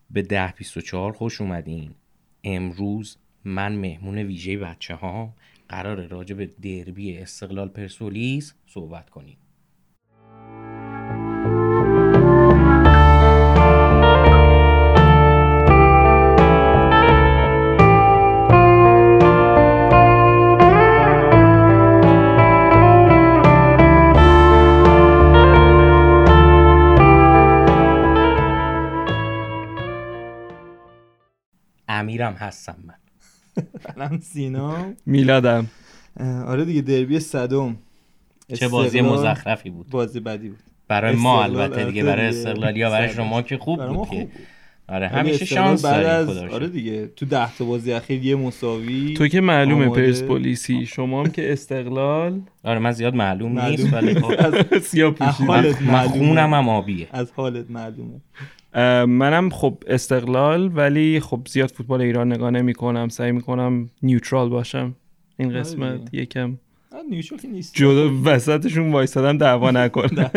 به 1024 خوش اومدین. امروز من مهمون ویژه بچه ها قراره راجع به دربی استقلال پرسپولیس صحبت کنیم. امیرم هستم منم سینا میلادم. آره دیگه دربی صدم چه بازی مزخرفی بود. بازی بدی بود برای ما البته دیگه، برای استقلالیا، برای شما که خوب بود که آره همیشه شانس داریم. آره دیگه تو 10 تا بازی اخیر یه مساوی. تو که معلومه پرسپولیسی، شما هم که استقلال. آره من زیاد معلوم نیست ولی خب سیاه پوشید. من خونم هم آبیه. از حالت معلومه. منم خب استقلال، ولی خب زیاد فوتبال ایران نگاه نمی‌کنم، سعی می‌کنم نیوترال باشم این قسمت. یکم نیوترال نیست، جدا وسطشون وایسادم دعوا نکنم.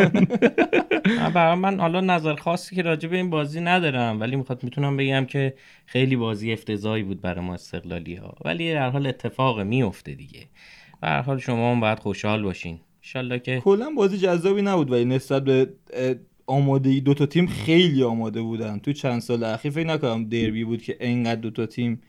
برای من حالا نظر خاصی که راجع به این بازی ندارم، ولی میتونم بگم که خیلی بازی افتضاحی بود برای ما استقلالی‌ها، ولی در حال اتفاق میفته دیگه. به هر حال شما هم باید خوشحال باشین ان شاءالله که کلا بازی جذابی نبود، ولی نسبت به آمادگی دو تا تیم خیلی آماده بودن. تو چند سال اخیر فکر نکنم دربی بود که اینقدر دو تا تیم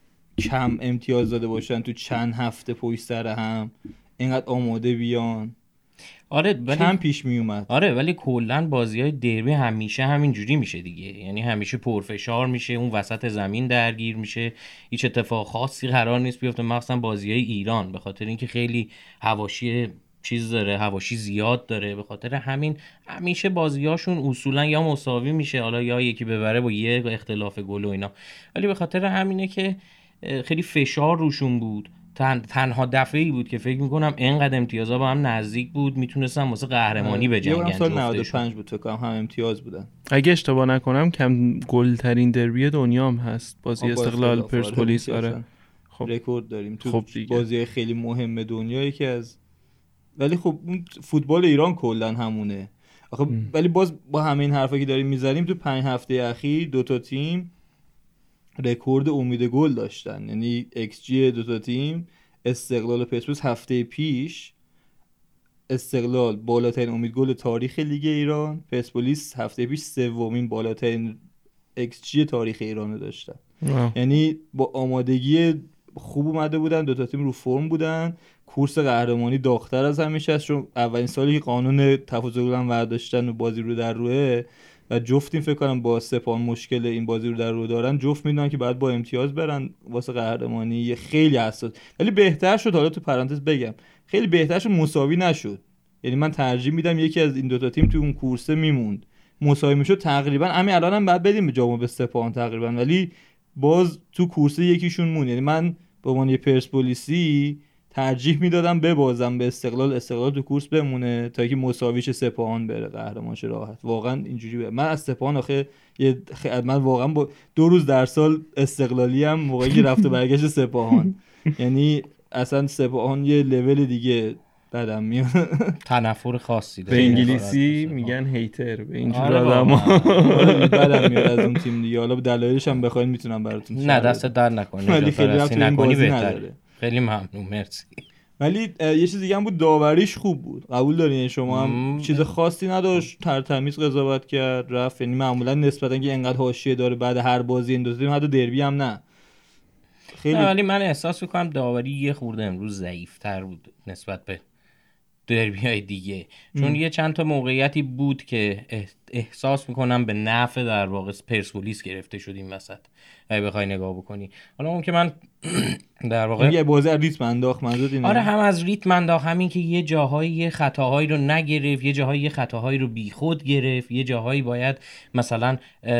کم امتیاز داده باشن تو چند هفته پشت سر هم اینقدر آماده بیان. آره ولی کم پیش می اومد. آره ولی کلا بازی‌های دربی همیشه همینجوری میشه دیگه، یعنی همیشه پرفشار میشه، اون وسط زمین درگیر میشه، هیچ اتفاق خاصی قرار نیست بیفته، مخصوصا بازی‌های ایران به خاطر اینکه خیلی حواشی چیز داره، حواشی زیاد داره، به خاطر همین همیشه بازیاشون اصولا یا مساوی میشه، حالا یا یکی ببره با یه اختلاف گل و اینا، ولی به خاطر همینه که خیلی فشار روشون بود. تنها دفعه‌ای بود که فکر میکنم اینقدر امتیازها با هم نزدیک بود میتونستن واسه قهرمانی بجنگن. یه سال 95 بود فکر کنم هم امتیاز بودن اگه اشتباه نکنم. کم گل ترین دربی دنیا هم هست بازی استقلال پرسپولیس. آره خب رکورد داریم تو خب بازی خیلی مهم دنیایی که از، ولی خب اون فوتبال ایران کلا همونه آخه. ولی باز با همین حرفا که داریم میزنیم تو 5 هفته اخیر دو تا تیم رکورد امید گل داشتن، یعنی ایکس جی دو تا تیم. استقلال و پرسپولیس هفته پیش استقلال بالاترین امید گل تاریخ لیگ ایران، پرسپولیس هفته پیش سومین بالاترین ایکس جی تاریخ ایران رو داشتن. یعنی با آمادگی خوب اومده بودن، دو تا تیم رو فرم بودن. کورس قهرمانی داغ‌تر از همیشه است، چون اولین سالی که قانون تفاضل گل هم برداشتن و بازی رو در روه و جفتیم فکر کنم با سپاهان مشکل این بازی رو در رو دارن، جفت میدونن که بعد با امتیاز برن واسه قهرمانی. خیلی حساس، ولی بهتر شد. حالا تو پرانتز بگم خیلی بهتر شد مساوی نشد، یعنی من ترجیح میدم یکی از این دوتا تیم تو اون کورسه میموند، مساوی میشد تقریبا همین الان هم بعد بدیم به جام به سپاهان تقریبا، ولی باز تو کورسه یکیشون مون. یعنی من به عنوان یه پرسپولیسی ترجیح میدادم ببازم به استقلال تو کورس بمونه تا اینکه مساویش سپاهان بره قهرمانش راحت. واقعا اینجوری بره. من از سپاهان آخه من واقعا با 2 روز در سال استقلالی ام موقعی که رفت و برگشت سپاهان، یعنی اصلا سپاهان یه لول دیگه بدم میاد. تنفر خاصی داره. به انگلیسی میگن هیتر به اینجور آدما. بدم میاد از اون تیم دیگه. حالا دلایلش هم بخواید میتونم براتون نه دست در نکنه، ولی خیلی رفت نکنی بهتره. خیلی ممنون، مرسی. ولی یه چیز دیگه هم بود، داوریش خوب بود. قبول دارین شما هم چیز خاصی نداشت، تمیز قضاوت کرد رفت. یعنی معمولا نسبتا که اینقدر حاشیه داره بعد هر بازی این دو تیم، حتی دربی هم نه خیلی. ولی من احساس می‌کنم داوری یه خورده امروز ضعیف‌تر بود نسبت به دربی‌های دیگه، چون یه چند تا موقعیتی بود که احساس میکنم به نفع در واقع پرسپولیس گرفته شد این وسط اگه بخوای نگاه بکنی. حالا اون که من در واقع یه بازی از ریتم انداخت، منظور اینه. آره هم از ریتم انداخت، همین که یه جاهایی یه خطاهایی رو نگرفت، یه جاهایی یه خطاهایی رو بیخود گرفت، یه جاهایی باید مثلا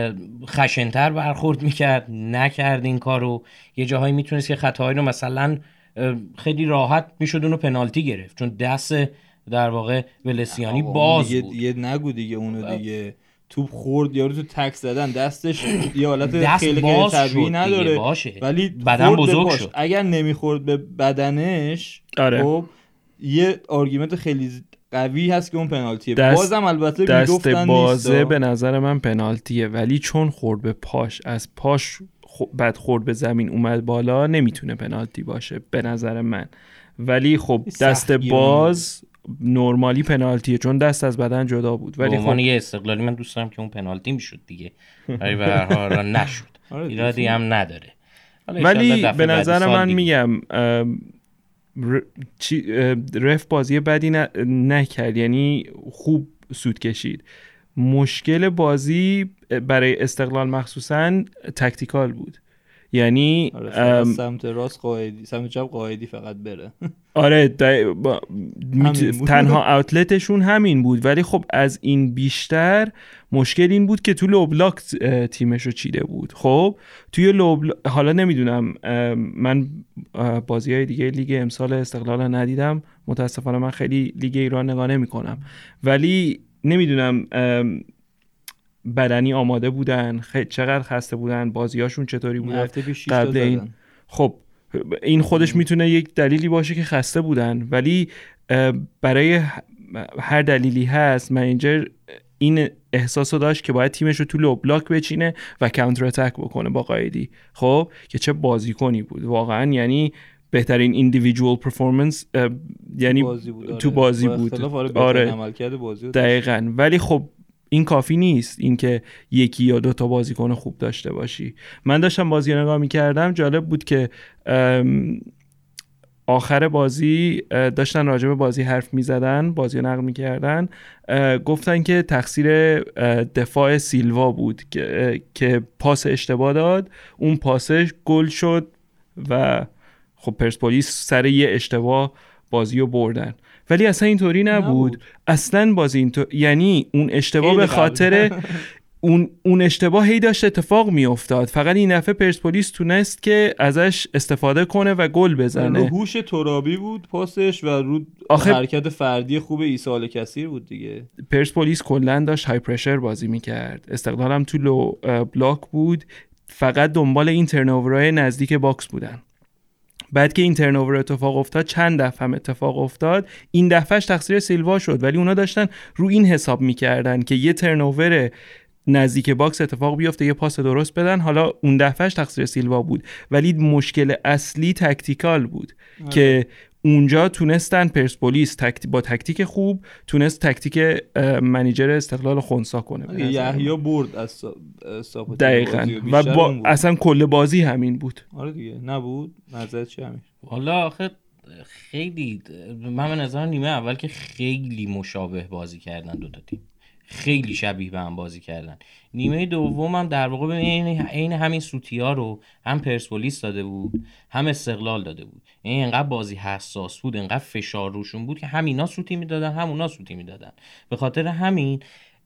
خشن‌تر برخورد میکرد، نکرد این کارو. یه جاهایی میتونست یه خطاهایی رو مثلا خیلی راحت میشد اونو پنالتی گرفت، چون دست در واقع ولسیانی باز دیگه بود. یه نگو دیگه اونو دیگه توپ خورد یارو تو تک زدن دستش یه حالت خیلی غیر طبیعی نداره، ولی بدن بزرگ شد. اگر نمیخورد به بدنش آره. خب یه آرگومنت خیلی قوی هست که اون پنالتیه. بازم البته دست بازه به نظر من پنالتیه، ولی چون خورد به پاش، از پاش بعد خورد به زمین اومد بالا، نمیتونه پنالتی باشه به نظر من. ولی خب دست باز نورمالی پنالتیه چون دست از بدن جدا بود. ولی خب یه استقلالی من دوست دارم که اون پنالتی میشد دیگه، ولی به هر حال نشد. ایرادی هم نداره. ولی به نظر من میگم رف بازی بدی نکرد، یعنی خوب سود کشید. مشکل بازی برای استقلال مخصوصا تکتیکال بود، یعنی سمت راست قائدی، سمت چپ قائدی فقط بره. آره تنها اوتلتشون همین بود. ولی خب از این بیشتر مشکل این بود که تو لو بلاک تیمشو چیده بود. خب توی حالا نمیدونم، من بازی‌های دیگه لیگ امسال استقلال ندیدم متاسفانه، من خیلی لیگ ایران نگاه نمی‌کنم، ولی نمیدونم بدنی آماده بودن، چقدر خسته بودن، بازیاشون چطوری بوده قبل این. خب این خودش میتونه یک دلیلی باشه که خسته بودن، ولی برای هر دلیلی هست منیجر این احساسو داشت که باید تیمش رو تو لو بلاک بچینه و کانتر اتک بکنه با قائدی. خب که چه بازیکنی بود واقعا، یعنی بهترین ایندیویدوال پرفورمنس یعنی تو بازی بود. آره دقیقاً. ولی خب این کافی نیست اینکه یکی یا دو تا بازیکن خوب داشته باشی. من داشتم بازی رو نگاه می‌کردم، جالب بود که آخر بازی داشتن راجع به بازی حرف می‌زدن، بازی رو نقل می‌کردن، گفتن که تقصیر دفاع سیلوا بود که پاس اشتباه داد، اون پاسش گل شد و خب پرسپولیس سر یه اشتباه بازی رو بردن. ولی اصلا اینطوری نبود. اصلا بازی یعنی اون اشتباه به خاطر اون اشتباه هی داشت اتفاق می افتاد، فقط این دفعه پرسپولیس تونست که ازش استفاده کنه و گل بزنه. رو هوش ترابی بود پاسش و رو حرکت فردی خوب عیسی الکثیر بود دیگه. پرسپولیس کلا داشت های پرشر بازی میکرد، استقلال هم تو لو بلاک بود، فقط دنبال این ترنوورهای نزدیک باکس بودن. بعد که این ترنوور اتفاق افتاد، چند دفعه هم اتفاق افتاد، این دفعهش تقصیر سیلوا شد، ولی اونا داشتن رو این حساب میکردن که یه ترنوور نزدیک باکس اتفاق بیفته، یه پاس درست بدن، حالا اون دفعهش تقصیر سیلوا بود. ولی مشکل اصلی تکتیکال بود که اونجا تونستن پرسپولیس با تکتیک خوب تونست تکتیک منیجر استقلال خونسا کنه. یحیی برد از ساپوت دقیقاً و اصلا کل بازی همین بود. آره دیگه نبود نظرت چی همین؟ والا آخه خیلی من به نظرم نیمه اول که خیلی مشابه بازی کردن دوتا تیم، خیلی شبیه به هم بازی کردن. نیمه دوم هم در واقع عین همین سوتیا رو هم پرسپولیس داده بود هم استقلال داده بود. یعنی انقدر بازی حساس بود، انقدر فشار روشون بود که همینا سوتی میدادن همونا سوتی میدادن. به خاطر همین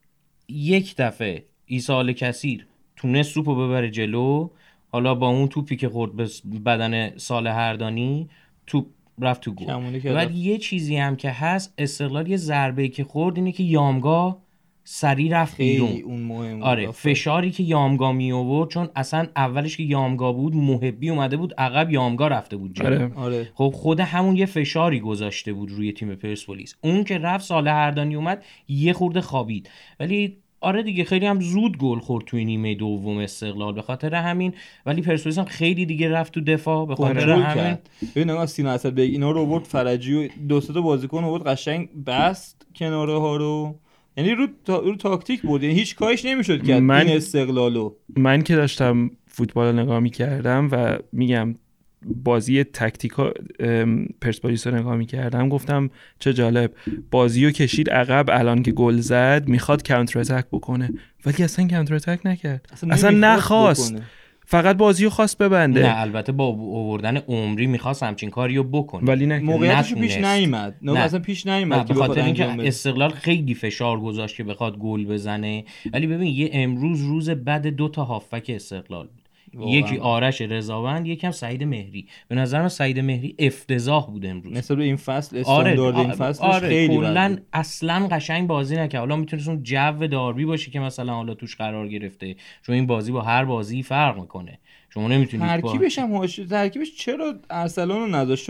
یک دفعه عیسی الکثیر تونست توپو ببره جلو، حالا با اون توپی که خورد به بدن صالح اردانی توپ رفت تو گل. ولی یه چیزی هم که هست، استقلال یه ضربه که خورد اینه که یامگا سری رفت بیرون. آره فشاری که یامگا می آورد، چون اصلا اولش که یامگا بود محبی اومده بود عقب، یامگا رفته بود جلو. آره. خب خود همون یه فشاری گذاشته بود روی تیم پرسپولیس. اون که رفت صالح اردانی اومد یه خورده خوابید. ولی آره دیگه خیلی هم زود گل خورد توی نیمه دوم استقلال به خاطر همین. ولی پرسپولیس هم خیلی دیگه رفت تو دفاع به خاطر همین. ببین آقا سینا اسد اینا رو آورد، فرجی و دو سه تا بازیکن آورد قشنگ بست کناره ها رو، یعنی رو تاکتیک بود، یعنی هیچ کارش نمیشد کرد این استقلالو. من که داشتم فوتبال نگاه می‌کردم و میگم بازی تکتیکا پرسپولیس رو نگاه می‌کردم، گفتم چه جالب، بازیو کشید عقب، الان که گل زد میخواد کانتر اتک بکنه، ولی اصلا کانتر اتک نکرد، اصلا نخواست، فقط بازیو خواست ببنده. نه البته با آوردن عمری میخواست همچین کاریو بکنه، ولی موقعیتش پیش نیامد. نه اصلا پیش نیامد که بخاطر اینکه استقلال خیلی فشار گذاشت که بخواد گل بزنه. ولی ببین یه امروز روز بعد دو تا هافبک استقلال بود، یکی آرش رضاوند، یکم سعید مهری. به نظر من سعید مهری افتضاح بود امروز نسبت به این فصل، استاندارد این فصلش خیلی کلا اصلا قشنگ بازی نکرد. حالا میتونه اون جو داربی باشه که مثلا حالا توش قرار گرفته، چون این بازی با هر بازی فرق میکنه، شما نمیتونید ترکیبش هم ترکیبش چرا ارسلان رو نذاشت؟ چون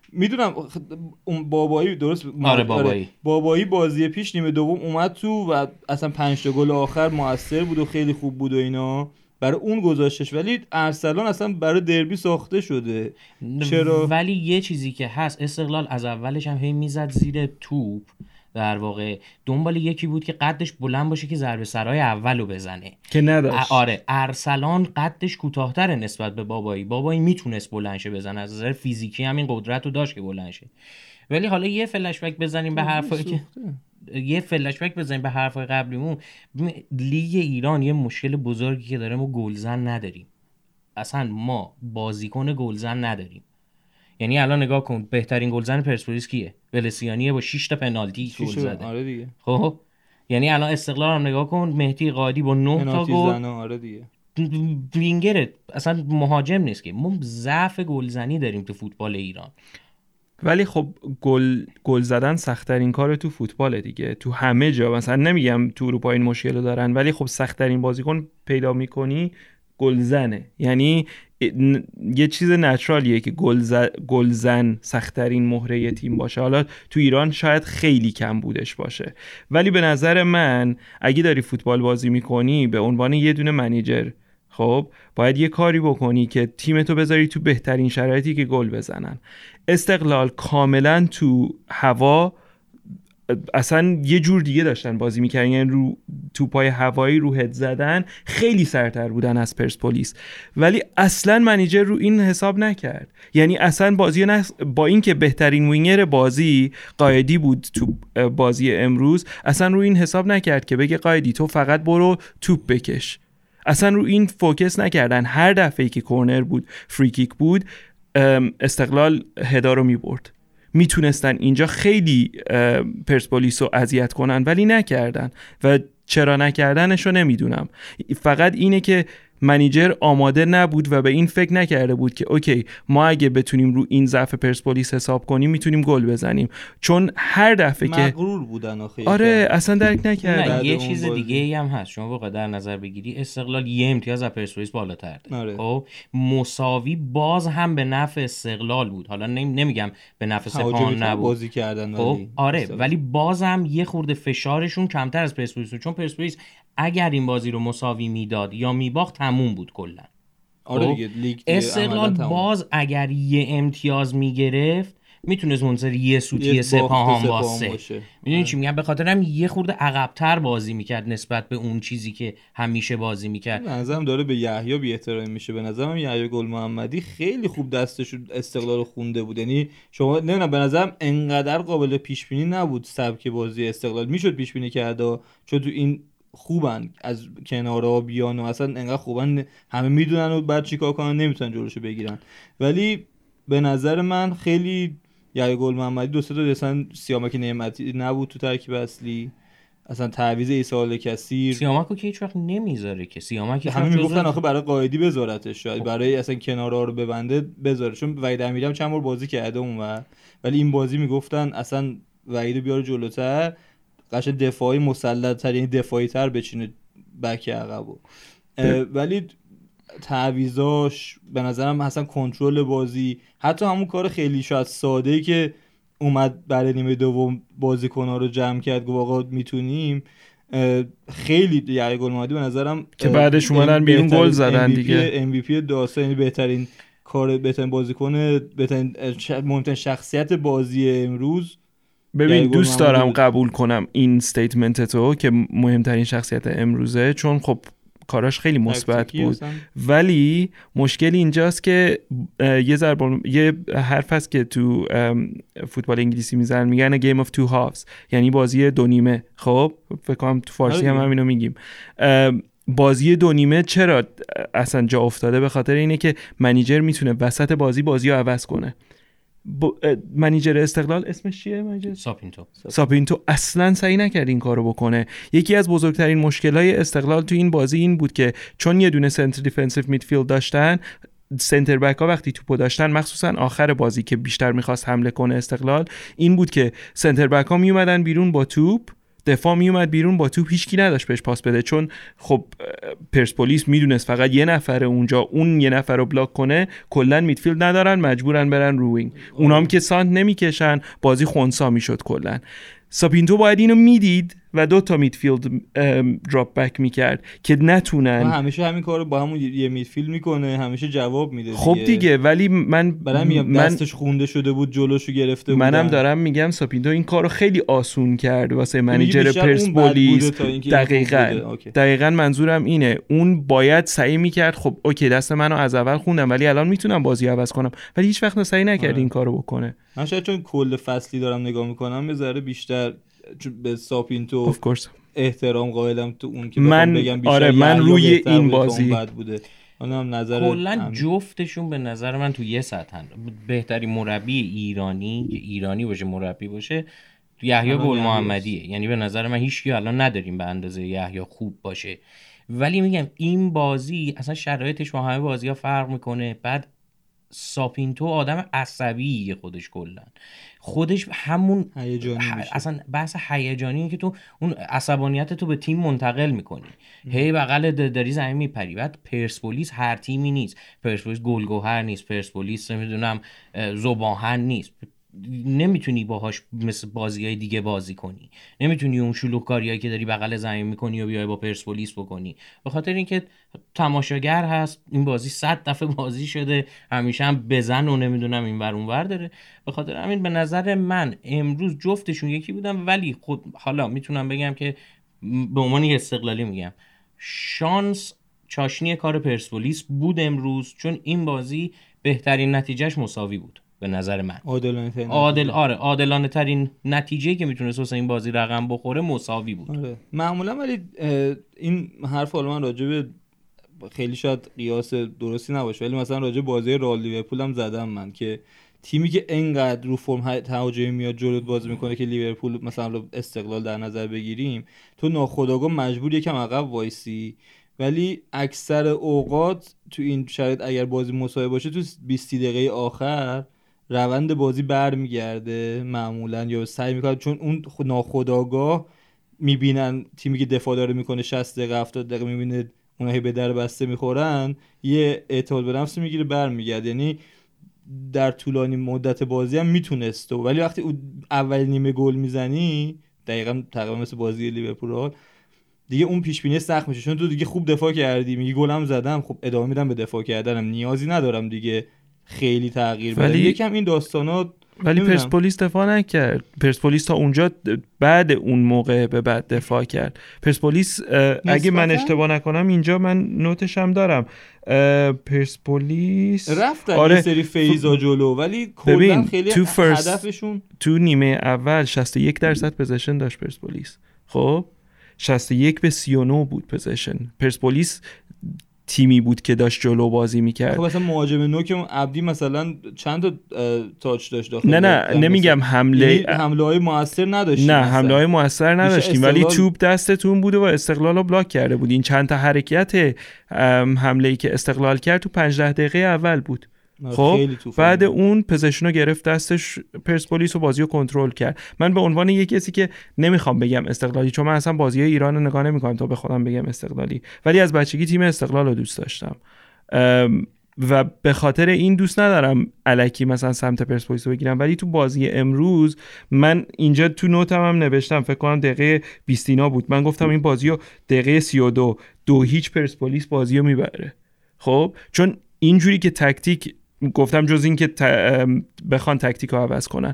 میدونم اون بابایی درست. آره بابایی. بابایی بازی پیش نیمه دوم اومد تو و اصلا 5 تا گل آخر موثر بود و خیلی خوب بود و اینا، برای اون گذاشتش. ولی ارسلان اصلا برای دربی ساخته شده. چرا؟ ولی یه چیزی که هست، استقلال از اولش هم هی میزد زیر توپ، در واقع دنبال یکی بود که قدش بلند باشه که ضربه سرای اولو بزنه که نداشت. آره ارسلان قدش کوتاه‌تره نسبت به بابایی میتونست بلند شه بزنه، از نظر فیزیکی هم این قدرت رو داشت که بلند شه. ولی حالا یه فلش بک بزنیم به حرفایی که حرفای قبلیمون. لیگ ایران یه مشکل بزرگی که داره، ما گلزن نداریم. اصلا ما بازیکن گلزن نداریم. یعنی الان نگاه کن، بهترین گلزن پرسپولیس کیه؟ ولسیانیه با 6 تا پنالتی گل زده. آره دیگه. خب یعنی الان استقلال هم نگاه کن، مهدی قادی با 9 تا گل. آره دیگه. وینگر اصلا مهاجم نیست که. ما ضعف گلزنی داریم تو فوتبال ایران. ولی خب گل زدن سخت‌ترین کار تو فوتباله دیگه، تو همه جا. مثلا نمیگم تو اروپا این مشکل رو دارن، ولی خب سخت‌ترین بازیکن پیدا می‌کنی گلزنه. یعنی یه چیز نچرالیه که گلزن سخت‌ترین مهره تیم باشه. حالا تو ایران شاید خیلی کم بودش باشه، ولی به نظر من اگه داری فوتبال بازی می‌کنی به عنوان یه دونه منیجر، خب باید یه کاری بکنی که تیمتو بذاری تو بهترین شرایطی که گل بزنن. استقلال کاملا تو هوا اصلا یه جور دیگه داشتن بازی میکردن، یعنی رو توپای هوایی رو هد زدن خیلی سرتر بودن از پرسپولیس، ولی اصلا منیجر رو این حساب نکرد. یعنی اصلا بازی با این که بهترین وینگر بازی قائدی بود تو بازی امروز، اصلا رو این حساب نکرد که بگه قائدی تو فقط برو توپ بکش. اصلا رو این فوکس نکردن. هر دفعه که کورنر بود، فری کیک بود، استقلال هدا رو میبرد. میتونستن اینجا خیلی پرسپولیس رو اذیت کنن ولی نکردن و چرا نکردنش رو نمیدونم. فقط اینه که منیجر آماده نبود و به این فکر نکرده بود که اوکی ما اگه بتونیم رو این ضعف پرسپولیس حساب کنیم میتونیم گل بزنیم، چون هر دفعه که مغرور بودن آخه. آره اصلا درک نکردن. یه چیز دیگه هم هست، شما واقعا در نظر بگیری استقلال یه امتیاز از پرسپولیس بالاتر ده. خب مساوی باز هم به نفع استقلال بود. حالا نمیگم به نفع سپاهان نبود بازی کردن، خب آره ولی باز هم یه خورده فشارشون کمتر از پرسپولیس بود، چون پرسپولیس اگر این بازی رو مساوی میداد یا میباخت تموم بود کلا. آره دیگه لیگ استقلال باز اگر یه امتیاز میگرفت میتونست منصر یه سوتی سپاهان واسه. میدونی چی میگم؟ به خاطرم یه خورده عقب‌تر بازی میکرد نسبت به اون چیزی که همیشه بازی میکرد. به نظرم داره به یحیی بی احترامی میشه. به نظرم یحیی گل محمدی خیلی خوب دستش استقلال خونده بود. یعنی شما نمیدونم، به نظرم انقدر قابل پیش بینی نبود سبک بازی استقلال. میشد پیش بینی کرد چون تو این خوبن از کنارا بیان و اصلا انقدر خوبن همه میدونن و بعد چیکار کنن نمیتونن جلوشو بگیرن. ولی به نظر من خیلی یحیی گل محمدی دو سه تا اصلا سیامک نعمتی نبود تو ترکیب اصلی، اصلا تعویض عیسی کثیر. سیامکو که هیچ وقت نمیذاره که سیامک همه میگفتن آخه برای قائدی بذارتش، شاید برای اصلا کنارا رو ببنده بذاره، چون وحید امیری هم چند بار بازی کرده اونور، ولی این بازی میگفتن اصلا وحیدو بیاره جلوتر، قشنگ دفاعی مسلط تر، یعنی دفاعی تر بچینه بک عقبو. ولی تعویضاش به نظرم اصلا کنترل بازی، حتی همون کار خیلی شاید ساده‌ای که اومد برای نیمه دوم بازیکن‌ها رو جمع کرد گفت آقا میتونیم، خیلی یحیی گل محمدی به نظرم که بعدش اومدن بیرون گل زدن دیگه. MVP داستان، یعنی بهترین کار، بهترین بازیکن، بهترین مهمترین شخصیت بازی امروز. ببین دوست دارم قبول کنم این استیتمنت تو که مهمترین شخصیت امروزه، چون خب کاراش خیلی مثبت بود، ولی مشکل اینجاست که یه حرف هست که تو فوتبال انگلیسی میزنن، میگن game of two halves، یعنی بازی دو نیمه. خب فکر کنم تو فارسی هم همینو میگیم. بازی دو نیمه چرا اصلا جا افتاده؟ به خاطر اینه که منیجر میتونه وسط بازی رو عوض کنه. منیجر استقلال اسمش چیه؟ منیجر ساپینتو اصلا سعی نکرد این کارو بکنه. یکی از بزرگترین مشکلای استقلال تو این بازی این بود که چون یه دونه سنتر دیفنسیو میدفیلد داشتن، سنتر بک ها وقتی توپو داشتن، مخصوصا آخر بازی که بیشتر میخواست حمله کنه استقلال، این بود که سنتر بک ها میومدن بیرون با توپ، دفاع میومد بیرون با توپ، هیچکی نداشت بهش پاس بده، چون خب پرسپولیس میدونست فقط یه نفر اونجا، اون یه نفر رو بلاک کنه کلا میدفیلد ندارن، مجبورن برن رو وینگ. اونام که سانت نمیکشن، بازی خونسا میشد کلا. ساپینتو باید اینو میدید و 2 میدفیلد دراپ بک میکرد که نتونن. همیشه همین کارو با همون یه میدفیلد میکنه، همیشه جواب میده. خب دیگه ولی من دستش خونده شده بود، جلوشو گرفته بود. منم دارم میگم ساپینتو این کارو خیلی آسون کرد واسه منیجر پرسپولیس. دقیقاً منظورم اینه، اون باید سعی میکرد خب اوکی دست منو از اول خوندم ولی الان میتونم بازی عوض کنم، ولی هیچ وقت سعی نکرد این کارو بکنه. من شاید چون کل فصلی دارم نگاه میکنم یه ذره بیشتر به ساپینتو احترام قائلم تو اون که من بگم بیشتر. آره من روی این بازی بد بوده. کلا جفتشون به نظر من تو یه سطحن. بهترین مربی ایرانی باشه، مربی باشه، یحیی گل محمدیه. یعنی به نظر من هیچ کی الان نداریم به اندازه یحیی خوب باشه. ولی میگم این بازی اصلا شرایطش با همه بازی‌ها فرق میکنه. بعد ساپینتو آدم عصبیه خودش همون اصلا بحث هیجانی که تو اون عصبانیت تو به تیم منتقل میکنی، هی بغل داری زمین میپری. بعد پرسپولیس هر تیمی نیست، پرسپولیس گلگوهر نیست، پرسپولیس نمیدونم زباهن نیست، نمیتونی باهاش مثل بازی‌های دیگه بازی کنی، نمیتونی اون شلوغکاریایی که داری بغل زمین میکنی و بیای با پرسپولیس بکنی. به خاطر اینکه تماشاگر هست، این بازی 100 دفعه بازی شده، همیشه هم بزن و نمیدونم این ور اون ور داره. به خاطر همین به نظر من امروز جفتشون یکی بودن. ولی خود حالا میتونم بگم که به عنوان استقلالی میگم شانس چاشنی کار پرسپولیس بود امروز، چون این بازی بهترین نتیجهش مساوی بود به نظر من. عادلانه ترین نتیجه که میتونست واسه این بازی رقم بخوره مساوی بود. آره. معمولا ولی این حرف حالا من راجع به خیلی شاید قیاس درستی نباشه، ولی مثلا راجع بازی رئال لیورپول هم زدم من که تیمی که انقدر رو فرم تهاجمی میاد جلوت بازی میکنه که لیورپول مثلا استقلال در نظر بگیریم، تو ناخودآگاه مجبور یکم عقب وایسی. ولی اکثر اوقات تو این شرایط اگر بازی مساوی باشه تو 20 دقیقه آخر روند بازی برمیگرده معمولا، یا سعی میکنن، چون اون ناخودآگاه میبینن تیمی که دفاع داره میکنه 60 دقیقه 70 دقیقه میبینه اونایی به در بسته میخورن، یه اعتماد به نفس میگیره برمیگرده. یعنی در طولانی مدت بازی هم میتونست، ولی وقتی اول نیمه گل میزنی دقیقاً تقریبا مثل بازی لیورپول دیگه اون پیش بینی سخت میشه، چون تو دیگه خوب دفاع کردی، میگی گلم زدم، خب ادامه میدم به دفاع کردنم، نیازی ندارم دیگه خیلی تغییر بدم. یکم این داستانا. ولی پرسپولیس دفاع نکرد. پرسپولیس تا اونجا بعد اون موقع به بعد دفاع کرد. پرسپولیس اگه من اشتباه نکنم اینجا من نوتش هم دارم، پرسپولیس رفتن یه سری فیزا جلو، ولی کلا خیلی هدفشون تو نیمه اول 61% پوزیشن داشت پرسپولیس. خب 61-39 بود پوزیشن. پرسپولیس تیمی بود که داشت جلو بازی میکرد. خب مثلا مهاجم نوک عبدی مثلا چند تا تاچ داشت داخل. نه نمیگم حمله‌های موثر نداشتیم. نه حمله‌های موثر نداشتیم، ولی توپ دستتون بوده و استقلال رو بلاک کرده بود. این چند تا حرکت حمله‌ای که استقلال کرد تو 5-10 دقیقه اول بود. خب بعد اون پوزیشن رو گرفت دستش پرسپولیس و بازی رو کنترل کرد. من به عنوان یک کسی که نمیخوام بگم استقلالی، چون من اصلا بازی ایران رو نگاه نمیکنم تا به خودم بگم استقلالی، ولی از بچگی تیم استقلال رو دوست داشتم و به خاطر این دوست ندارم الکی مثلا سمت پرسپولیس رو بگیرم. ولی تو بازی امروز من اینجا تو نوتم هم نوشتم، فکر کنم دقیقه 20 بود، من گفتم این بازی رو دقیقه 32-2 پرسپولیس بازی رو میبره. خب چون اینجوری که تکتیک گفتم، جز این که بخوان تکتیک رو عوض کنن،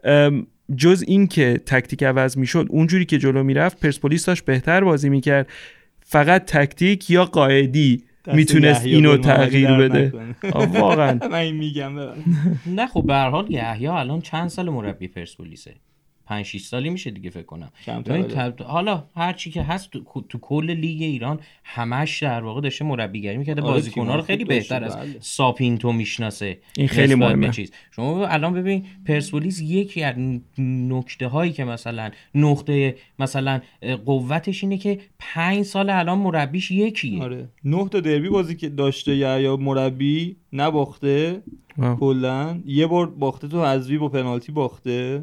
جز این که تکتیک عوض میشد، اونجوری که جلو میرفت پرسپولیس داشت بهتر بازی میکرد. فقط تکتیک یا قائدی میتونست اینو تغییر بده. واقعا من میگم نه. خب به هر حال یحیی الان چند سال مربی پرسپولیسه؟ 5-6 سالی میشه دیگه فکر کنم. حالا هر چی که هست تو کل لیگ ایران همش در واقع داشته مربیگری میکرده، بازیکن‌ها رو خیلی بهتر از ساپینتو میشناسه. این خیلی مهمه. شما الان ببین پرسپولیس یکی از نکته هایی که مثلا نقطه مثلا قوتش اینه که 5 سال الان مربیش یکیه. آره 9 تا دربی بازی که داشته یا مربی نباخته، کلا یه بار باخته تو حذفی با پنالتی باخته.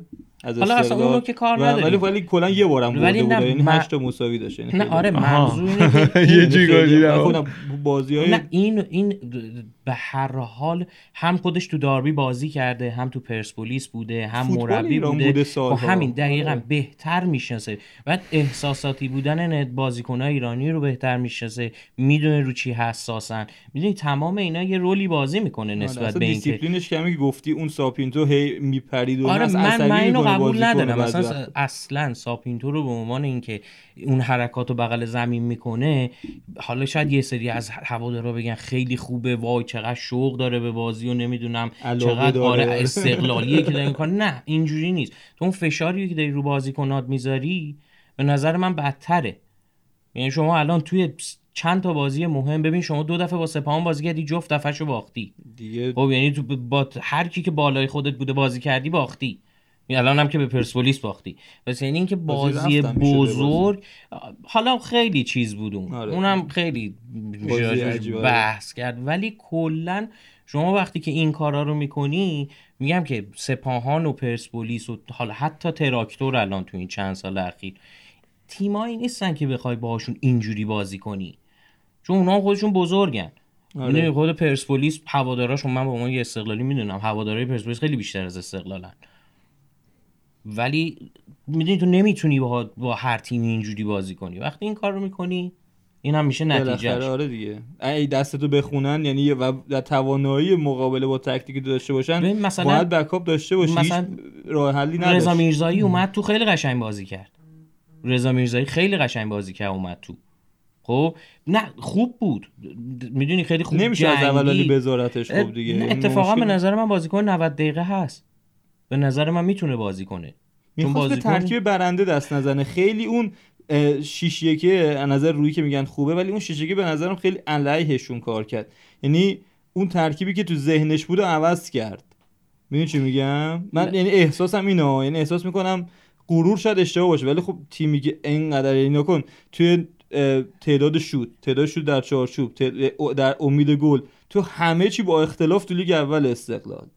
از حالا اصلا اونو که کار نداریم ولی کلا یه بارم برده بود، یعنی 8 تا مساوی داشت. نه آره منظور اینه که یه جیگاری بازی‌های نه این به هر حال هم خودش تو داربی بازی کرده، هم تو پرسپولیس بوده، هم مربی بوده، با همین دقیقاً بهتر میشناسه و احساساتی بودن بازیکن‌های ایرانی رو بهتر میشناسه، میدونه رو چی حساسن، میدونی تمام اینا یه رولی بازی میکنه نسبت به اینکه دیسیپلینش کمی که گفتی اون ساپینتو هی میپرید و آره من اینو قبول ندارم، مثلا اصلا ساپینتو رو به عنوان اینکه اون حرکاتو بغل زمین میکنه، حالا شاید یه سری از هوادارا بگن خیلی خوبه، وای چقدر شوق داره به بازی و نمیدونم چقدر آره استقلالیه که داره میکنه، نه اینجوری نیست. تو اون فشاری که داری رو بازیکنات میذاری به نظر من بدتره. یعنی شما الان توی چند تا بازی مهم ببین، شما 2 دفعه با سپاهان بازی کردی، جفت دفعه‌شو باختی دیگه. خب یعنی تو با هر کی که بالای خودت بوده بازی کردی باختی، الان هم که به پرسپولیس باختی. پس یعنی اینکه بازی بزرگ حالا خیلی چیز بود اونم خیلی بحث کرد، ولی کلا شما وقتی که این کارا رو میکنی، میگم که سپاهان و پرسپولیس و حالا حتی تراکتور الان تو این چند سال اخیر تیمایی نیستن که بخوای باهاشون اینجوری بازی کنی، چون اونا خودشون بزرگن. میدونی خود پرسپولیس هواداراشون، من به عنوان یه استقلالی میدونم هوادارهای پرسپولیس خیلی بیشتر از استقلالن، ولی میدونی تو نمیتونی با هر تیمی اینجوری بازی کنی. وقتی این کار رو میکنی این هم میشه نتیجهش. آره دیگه ای دستتو بخونن، یعنی و توانایی مقابله با تاکتیکی داشته باشن، باید بکاپ داشته باشی. مثلا راه حلی نداشت. رضا میرزایی اومد تو خیلی قشنگ بازی کرد، رضا میرزایی خیلی قشنگ بازی کرد اومد تو، خب نه خوب بود، میدونی خیلی خوب نمیشه از اول ولی بذارتش خوب دیگه. اتفاقا به نظر من بازیکن 90 دقیقه هست، به نظر من میتونه بازی کنه، میخواست به ترکیب برنده دست نزنه. خیلی اون 6-1 از نظر روی که میگن خوبه، ولی اون 6-1 به نظرم خیلی علیهشون کار کرد. یعنی اون ترکیبی که تو ذهنش بود عوض کرد. میدونی چی میگم من؟ یعنی احساسم اینه، یعنی احساس میکنم غرور شاید اشتباه باشه، ولی خب تیمی که اینقدر اینا کن توی تعداد شوت در چارچوب، در امید گل، تو همه چی با اختلاف تو لیگ اول استقلال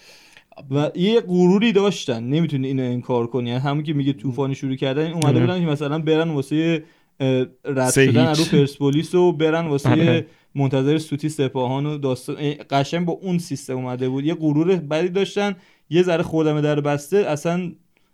و یه غروری داشتن، نمیتونی اینو انکار کنی. یعنی همون که میگه طوفانی شروع کردن، اومده بودن که مثلا برن واسه رد شدن رو پرسپولیس و برن واسه منتظر سوتی سپاهان و داستان قشنگ با اون سیستم اومده بود. یه غرور بدی داشتن، یه ذره خوردم در بسته اصلا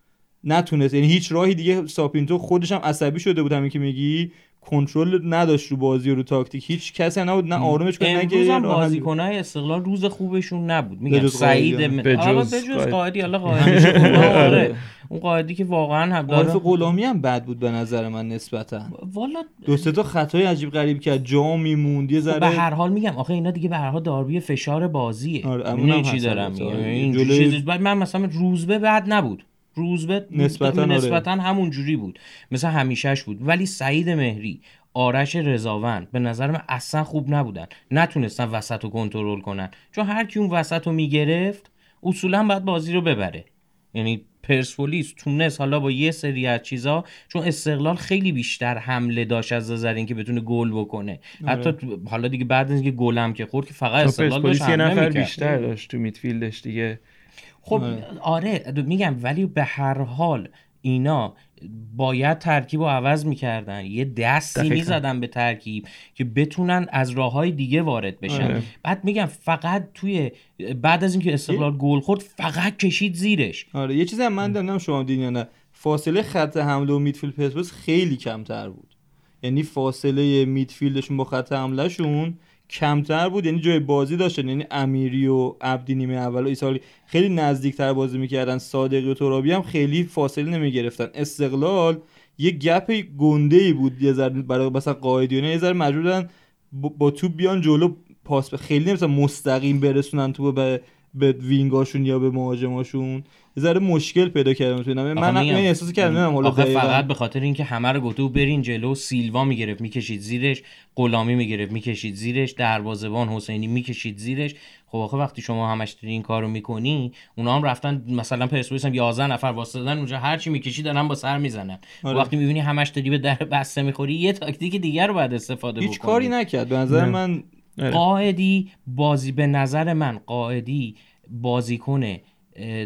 نتونست، یعنی هیچ راهی دیگه. ساپینتو خودش هم عصبی شده بود، همین که میگی کنترل نداشت رو بازی و رو تاکتیک، هیچ کسی نبود نه آرومش کنه نه که بازیکنای استقلال روز خوبشون نبود. میگم سعید به جز قائدی، الله قائدی آره اون قائدی که واقعا عارف غلامی هم بد بود به نظر من نسبتا. والا 2-3 تا خطای عجیب غریب کرد، جا میموند یه ذره. به هر حال میگم آخه اینا دیگه به هر حال داربی فشار بازیه. آره چی دارم میگم این چیزی. من مثلا روزبه بد نبود، روزبه نسبتا همون جوری بود مثل همیشهش بود، ولی سعید مهری، آرش رضاوند به نظر من اصلا خوب نبودن، نتونستن وسط رو کنترل کنن، چون هر کی اون وسط رو میگرفت اصولا باید بازی رو ببره. یعنی پرسپولیس تونست حالا با یه سری از چیزا، چون استقلال خیلی بیشتر حمله داشت از نظر اینکه بتونه گل بکنه، حتی حالا دیگه بعد از اینکه گلم که خورد که فقط استقلال داشت یه نفر بیشتر داشت تو میدفیلدش دیگه. خب آره میگم، ولی به هر حال اینا باید ترکیب رو عوض میکردن، یه دستی میزدن به ترکیب که بتونن از راههای دیگه وارد بشن. بعد میگم فقط توی بعد از اینکه استقلال گل خورد فقط کشید زیرش. آره یه چیزی من دیدم شما دیدین یا نه، فاصله خط حمله و میدفیلد پرسپولیس خیلی کمتر بود. یعنی فاصله میدفیلدشون با خط حمله شون کمتر بود، یعنی جای بازی داشتن. یعنی امیری و عبدی نیمه اول و ایسالی خیلی نزدیکتر بازی میکردن، صادقی و ترابی هم خیلی فاصله نمیگرفتن. استقلال یه گپ گنده‌ای بود یه ذره برای مثلا قائدیونه، یه ذره مجبورن با توپ بیان جلو، پاس خیلی مثلا مستقیم برسونن توپ به وینگاشون یا به مهاجماشون، یه ذره مشکل پیدا کردم. من احساس کردم حالا فقط به خاطر اینکه همه رو گفتو برین جلو، سیلوا میگرفت میکشید زیرش، غلامی میگرفت میکشید زیرش، دروازه‌بان حسینی میکشید زیرش. خب آخه وقتی شما همش داری این کارو میکنی، اونا هم رفتن مثلا پرسپولیس هم 11 نفر واسطن اونجا، هر چی میکشید دارن با سر میزنن. وقتی میبینی همش داری به در بسته میخوری، یه تاکتیک دیگه رو بعد استفاده بکنی. هیچ کاری نکرد به نظر من. قائدی به نظر من قائدی بازیکن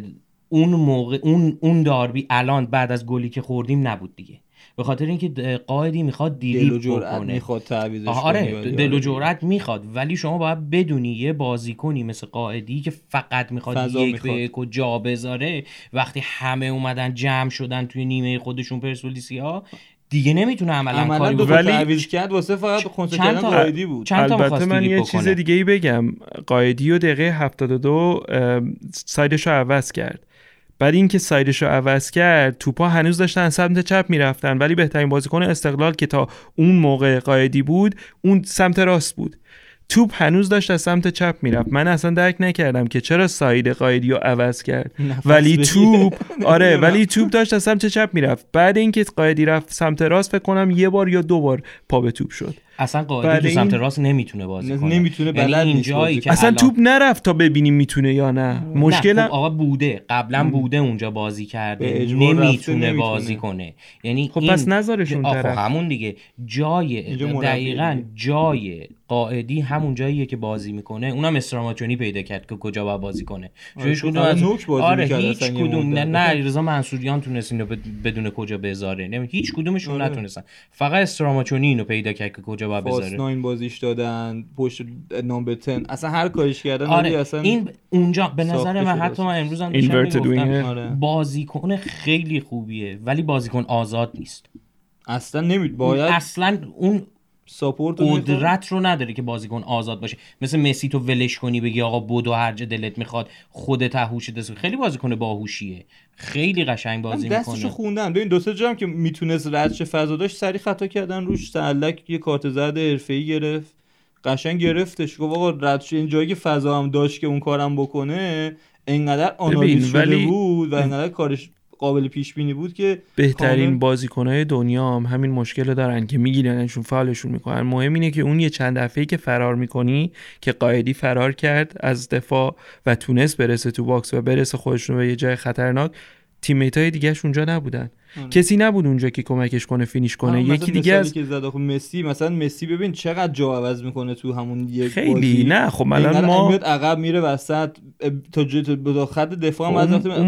اون موقع اون داربی الان بعد از گلی که خوردیم نبود دیگه، به خاطر اینکه قائدی میخواد دیلیپ بکنه، میخواد تعویضش کنه. آره دل و جرأت میخواد، ولی شما باید بدونی یه بازیکنی مثل قائدی که فقط میخواد یک به یک و جا بذاره، وقتی همه اومدن جمع شدن توی نیمه خودشون پرسپولیسیا دیگه نمیتونه عملا کاری بکنه. ولی تعویض کرد واسه فقط خونسا کردن قائدی بود. البته من یه چیز دیگه ای بگم، قائدی و دقیقه 72 سایدش رو عوض کرد. بعد اینکه سایدش رو عوض کرد توپا هنوز داشتن سمت چپ میرفتن، ولی بهترین بازیکن استقلال که تا اون موقع قائدی بود اون سمت راست بود. توپ هنوز داشت از سمت چپ میرفت. من اصلا درک نکردم که چرا ساید قائدی رو عوض کرد، ولی توپ آره ولی توپ داشت از سمت چپ میرفت. بعد اینکه قائدی رفت سمت راست فکر کنم یه بار یا دو بار پا به توپ شد. اصلا قائدی تو سمت راست نمیتونه بازی کنه، نمیتونه، بلد نیست. اصلا توپ نرفت تا ببینیم میتونه یا نه. مشکل آقا بوده قبلا بوده اونجا بازی کرده، نمیتونه بازی کنه. یعنی خب پس نذارشون طرف همون دیگه جای دقیقاً جای قائدی همون جاییه که بازی میکنه. اونم استراماچونی پیدا کرد که کجا باید بازی کنه. هیچ کدوم نه رضا منصوریان تونست اینو بدون کجا بذاره، هیچ کدومشون نتونستن. فقط استراماچونی اینو پیدا کرد که کجا باید بذاره. فاست 9 بازیش دادن، پشت نامبر 10 اصلا هر کاریش کردن. اصلا این اونجا به نظر من حتی من امروز هم گفتم بازیکن خیلی خوبیه ولی بازیکن آزاد نیست. اصلا باید اصلا اون ساپورت قدرت رو نداره که بازیکن آزاد باشه. مثل مسی تو ولش کنی بگی آقا بدو هر جا دلت میخواد خودت هوش دست. خیلی بازیکن باهوشیه، خیلی قشنگ بازی میکنه. دستشو خوندم ببین دو سه جا هم که میتونست رد شه فضا داشت سری خطا کردن روش، تعلق یه کارت زرد حرفه‌ای گرفت، قشنگ گرفتش. گفت آقا رد شه این جایی که فضا هم داشت که اون کارم بکنه انقدر آنالیز شده بود و انقدر کارش قابل پیش بینی بود که بهترین بازیکن‌های دنیا هم همین مشکل دارن که میگیرنشون فعالشون میکنن. مهم اینه که اون یه چند دفعه‌ای که فرار میکنی که قائدی فرار کرد از دفاع و تونست برسه تو باکس و برسه خودشون به یه جای خطرناک، تیم‌میت‌های دیگه‌ش اونجا نبودن. کسی نبود اونجا که کمکش کنه فینیش کنه. یکی دیگه از که زد مسی، مثلا مسی ببین چقدر جا عوض میکنه تو همون یک خیلی بازی. نه خب الان ما میاد عقب میره وسط تا خط دفاع هم از وقتی اون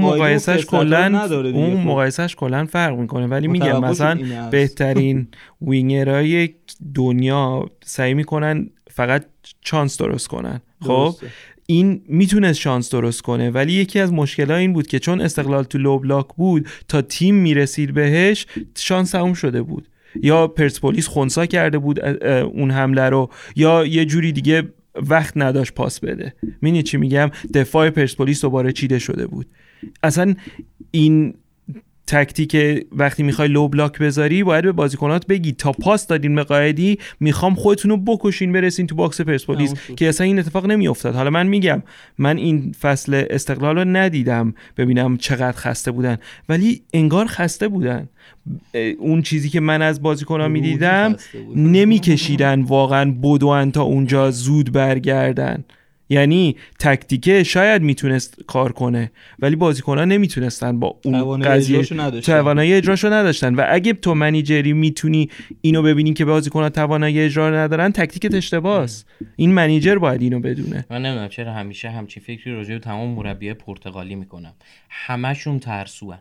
مقایسهش کلا فرق میکنه. ولی میگم مثلا بهترین وینگرهای دنیا سعی میکنن فقط چانس درست کنن. خب این میتونست شانس درست کنه ولی یکی از مشکل‌ها این بود که چون استقلال تو لو بلاک بود تا تیم میرسید بهش شانس تموم شده بود، یا پرسپولیس خنثی کرده بود اون حمله رو، یا یه جوری دیگه وقت نداشت پاس بده. می‌بینی چی میگم؟ دفاع پرسپولیس دوباره چیده شده بود. اصلا این تکتیک وقتی میخوای لو بلاک بذاری باید به بازیکنات بگی تا پاس دادین به قائدی میخوام خودتون رو بکشین برسین تو باکس پرسپولیس که اصلا این اتفاق نمیافتاد. حالا من میگم من این فصل استقلال رو ندیدم ببینم چقدر خسته بودن، ولی انگار خسته بودن. اون چیزی که من از بازیکن‌ها میدیدم نمیکشیدن واقعا بدون تا اونجا زود برگردن. یعنی تکتیکه شاید میتونست کار کنه ولی بازیکن‌ها نمیتونستن با اون قضیه توانایی اجراشو نداشتن. و اگه تو منیجری میتونی اینو ببینی که بازیکن‌ها توانایی اجرا ندارن تکتیکت اشتباهه. این منیجر باید اینو بدونه. من نمیدونم چرا همیشه همچین فکری راجع به تمام مربیای پرتغالی میکنم. همشون ترسوان.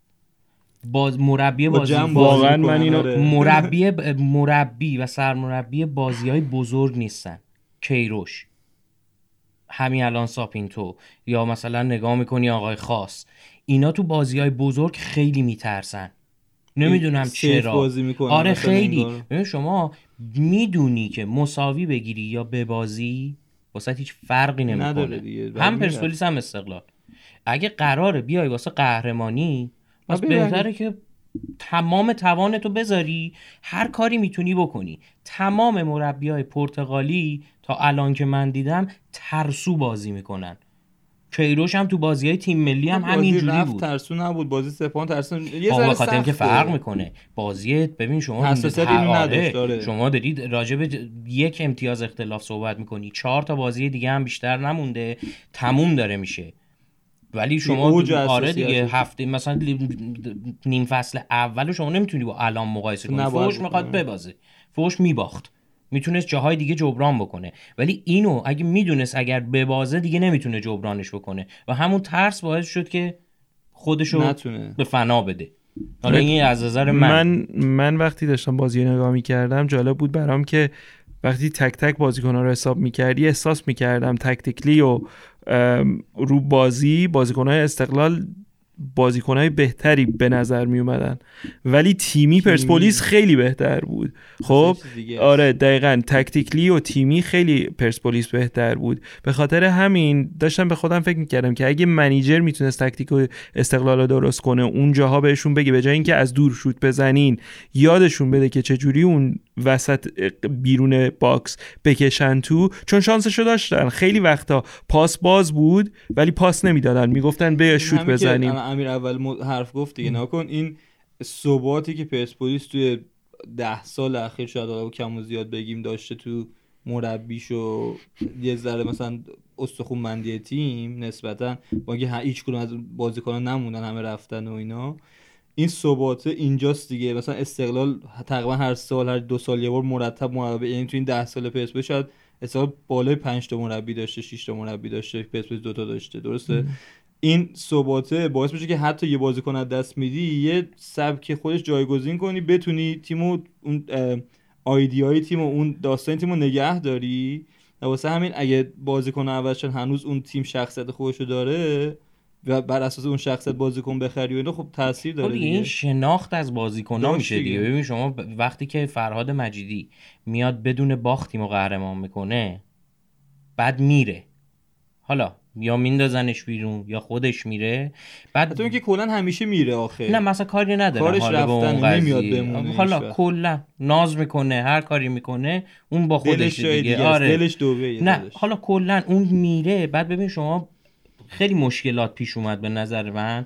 مربی بازی واقعا من اینو مربی و سرمربی بازی‌های بزرگ نیستن. کیروش، همین الان ساپینتو، یا مثلا نگاه میکنی آقای خاص، اینا تو بازی‌های بزرگ خیلی میترسن. نمیدونم چرا. آره خیلی. ببین شما میدونی که مساوی بگیری یا ببازی واسه هیچ فرقی نمیکنه. هم پرسپولیس هم استقلال. اگه قراره بیای واسه قهرمانی پس بهتره که تمام توانتو بذاری، هر کاری میتونی بکنی. تمام مربیای پرتغالی تا الان که من دیدم ترسو بازی میکنن. کیروش هم تو بازیای تیم ملی هم همینجوری بود. ترسو نبود، بازی سپاهان ترسو یه ذره سخته. اینکه فرق میکنه بازی. ببین شما شما دارید راجع به یک امتیاز اختلاف صحبت میکنی، 4 تا بازی دیگه هم بیشتر نمونده، تموم داره میشه. ولی شما آره دیگه هفته مثلا نیم فصل اولو شما نمیتونی با الان مقایسه کنی. فوش میخواد ببازه، فوش میباخت، میتونست جاهای دیگه جبران بکنه، ولی اینو اگه میدونست اگر ببازه دیگه نمیتونه جبرانش بکنه و همون ترس باعث شد که خودشو نتونه به فنا بده. حالا این از نظر من وقتی داشتم بازی نگاه می‌کردم جالب بود برام که وقتی تک تک بازیکن‌ها رو حساب می‌کردی احساس می‌کردم تکتیکلی و رو بازیکن‌های استقلال بازیکن‌های بهتری به نظر می اومدن، ولی تیمی پرسپولیس خیلی بهتر بود. خب آره دقیقاً تکتیکلی و تیمی خیلی پرسپولیس بهتر بود. به خاطر همین داشتم به خودم فکر می‌کردم که اگه منیجر میتونست تکتیک و استقلال رو درست کنه، اون جاها بهشون بگه به جای اینکه از دور شوت بزنین یادشون بده که چجوری اون وسط بیرون باکس بکشن تو، چون شانسشو داشتن. خیلی وقتا پاس باز بود ولی پاس نمیدادن، میگفتن به شوت بزنیم. امیر اول حرف گفت دیگه، نکن این ثباتی که پرسپولیس توی 10 سال اخیر شاید حالا کم و زیاد بگیم داشته تو مربیش و یه ذره مثلا استخوان‌بندی تیم نسبتا با اینکه هیچ کدوم از بازیکنان نموندن، همه رفتن و اینا، این ثبات اینجاست دیگه. مثلا استقلال تقریبا هر سال هر 2 سال یه بار مرتب مربی، یعنی تو این 10 سال پرسپولیس شاید استقلال بالای 5 تا مربی داشته، 6 تا مربی داشته، پرسپولیس 2 تا داشته، درسته؟ این ثباته باعث میشه که حتی یه بازیکن از دست میدی یه سبک خودش جایگزین کنی، بتونی تیمو اون ایده‌های تیم و اون داستان تیمو نگه داری. واسه همین اگه بازیکن اولشن هنوز اون تیم شخصیت خودشو داره و بر اساس اون شخصیت بازیکن بخری و اینا، خب تاثیر داره دیگه. این شناخت از بازیکن‌ها میشه دیگه. ببین شما وقتی که فرهاد مجیدی میاد بدون باخت تیمو قهرمان میکنه، بعد میره، حالا یا میندازنش بیرون یا خودش میره، بعد تو اینکه کلا همیشه میره آخه، نه مثلا کاری نداره، کارش حالا به اون نمیاد بمونه، حالا کلا ناز میکنه، هر کاری میکنه اون با خودش دیگه. آره دلش دوبه، نه حالا کلا اون میره. بعد ببین شما خیلی مشکلات پیش اومد به نظر من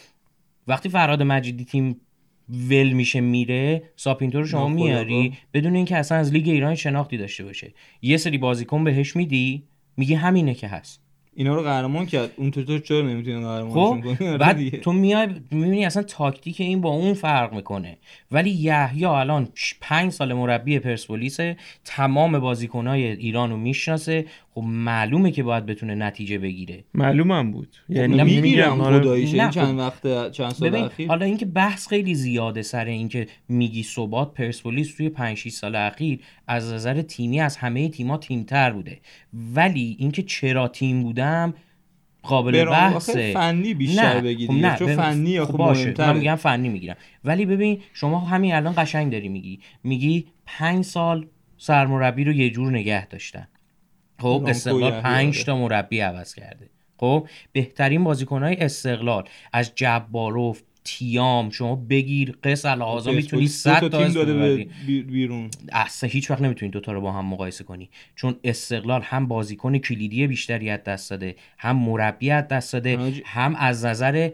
وقتی فرهاد مجیدی تیم ول میشه میره، ساپینتو رو شما میاری بدون اینکه اصلا از لیگ ایران شناختی داشته باشه، یه سری بازیکن بهش میدی میگی همینه که هست، اینا رو قهرمان کرد، اون تو چرا نمیتونی قهرمانشون کنی؟ بعد تو میای میبینی اصلا تاکتیک این با اون فرق میکنه. ولی یحیی الان 5 سال مربی پرسپولیس، تمام بازیکنای ایرانو میشناسه، خب معلومه که باید بتونه نتیجه بگیره. معلومم بود، یعنی میگیرم خداییش این چند سال اخیر. حالا اینکه بحث خیلی زیاده سر اینکه میگی ثبات، پرسپولیس توی 5-6 سال اخیر از نظر تیمی از همه تیم‌ها تیم‌تر بوده، ولی اینکه چرا تیم بودم قابل بحثه. فنی بیشتر بگیری، چون فنی خب مهم‌تره. من میگم فنی میگیرم، ولی ببین شما همین الان قشنگ داری میگی 5 سال سرمربی رو یه جور نگه داشتن. خب استقلال 5 تا مربی عوض کرده. خب بهترین بازیکن‌های استقلال از جباروف، تیام، شما بگیر قص الهازا میتونی 100 تا تیم داده بیرون. اصلا هیچ وقت نمیتونی دوتا رو با هم مقایسه کنی، چون استقلال هم بازیکن کلیدی بیشتری از دست داده، هم مربی از دست داده، هم از نظر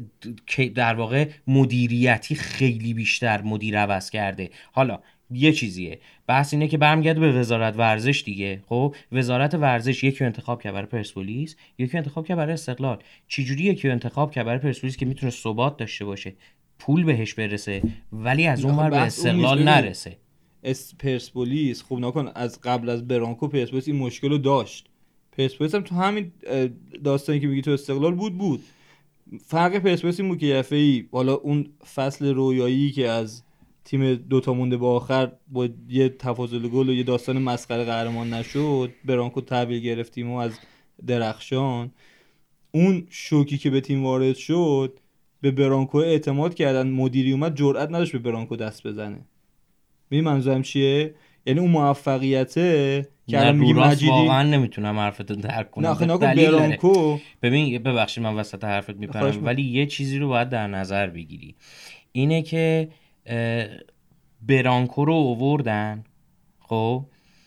در واقع مدیریتی خیلی بیشتر مدیر عوض کرده. حالا یه چیزیه، بحث اینه که برمیگرده به وزارت ورزش دیگه. خب وزارت ورزش یکی انتخاب کرد برای پرسپولیس، یکی انتخاب کرد برای استقلال. چجوری یکی انتخاب کرد برای پرسپولیس که میتونه ثبات داشته باشه، پول بهش برسه، ولی از اون ور به استقلال نرسه؟ پرسپولیس خب نکن از قبل از برانکو پرسپولیس این مشکل رو داشت. پرسپولیس هم تو همین داستانی که میگی تو استقلال بود. فرق پرسپولیس این بود که یفعی حالا اون فصل رویایی که از تیم 2 تا مونده به آخر با یه تفاضل گل و یه داستان مسخره قهرمان نشد، برانکو تحویل گرفتیم و از درخشان اون شوکی که به تیم وارد شد به برانکو اعتماد کردن، مدیری اومد جرئت نداشت به برانکو دست بزنه. ببین منظورم چیه؟ یعنی اون موفقیته که الان میگی مجیدی واقعا نمیتونم حرفتو درک کنم. نه برانکو ببین ببخشید من وسط حرفت میپرم، ولی یه چیزی رو باید در نظر بگیری، اینه که برانکو رو آوردن، خب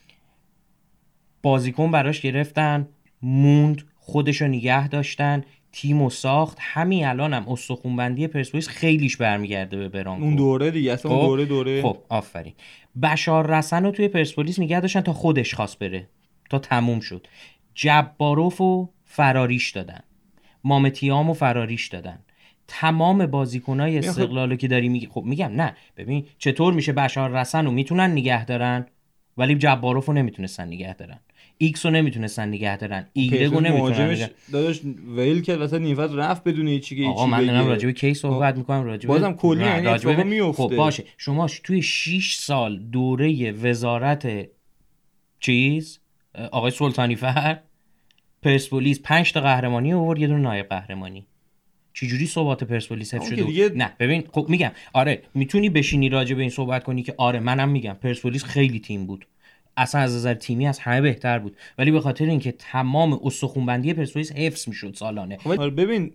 بازیکن براش گرفتن، موند، خودشو نگه داشتن، تیمو ساخت. همین الان هم استخوان‌بندی پرسپولیس خیلیش برمیگرده به برانکو. اون دوره دیگه اصلا اون دوره خب آفرین. بشار رسن رو توی پرسپولیس نگه داشتن تا خودش خواست بره، تا تموم شد. جباروفو فراریش دادن، مامتیامو فراریش دادن. تمام بازیکنای استقلالو که داری میگی، خب میگم نه ببین چطور میشه بشار رسن رو میتونن نگه دارن ولی جباروفو نمیتونستن نگه دارن. ایکس رو نمیتونستن نگه دارن، ایگرگ رو نمیتونن داداش ویل که واسه نیمت رفت بدون هیچی که آقا من دارم راجع به کی صحبت میکنم، راجع به بازم کلی یعنی اتفاقا میفته. خب باشه شما توی 6 سال دوره وزارت چیز آقای سلطانی فر پرسپولیس 5 تا قهرمانی آورد، یه دونه نایب قهرمانی. چجوری ثبات پرسپولیس حفظ شده؟ دیگه... نه ببین خب میگم آره میتونی بشینی راجع به این صحبت کنی که آره منم میگم پرسپولیس خیلی تیم بود، اصلا از نظر تیمی از همه بهتر بود، ولی به خاطر اینکه تمام استخوان‌بندی پرسپولیس حفظ میشد سالانه. ببین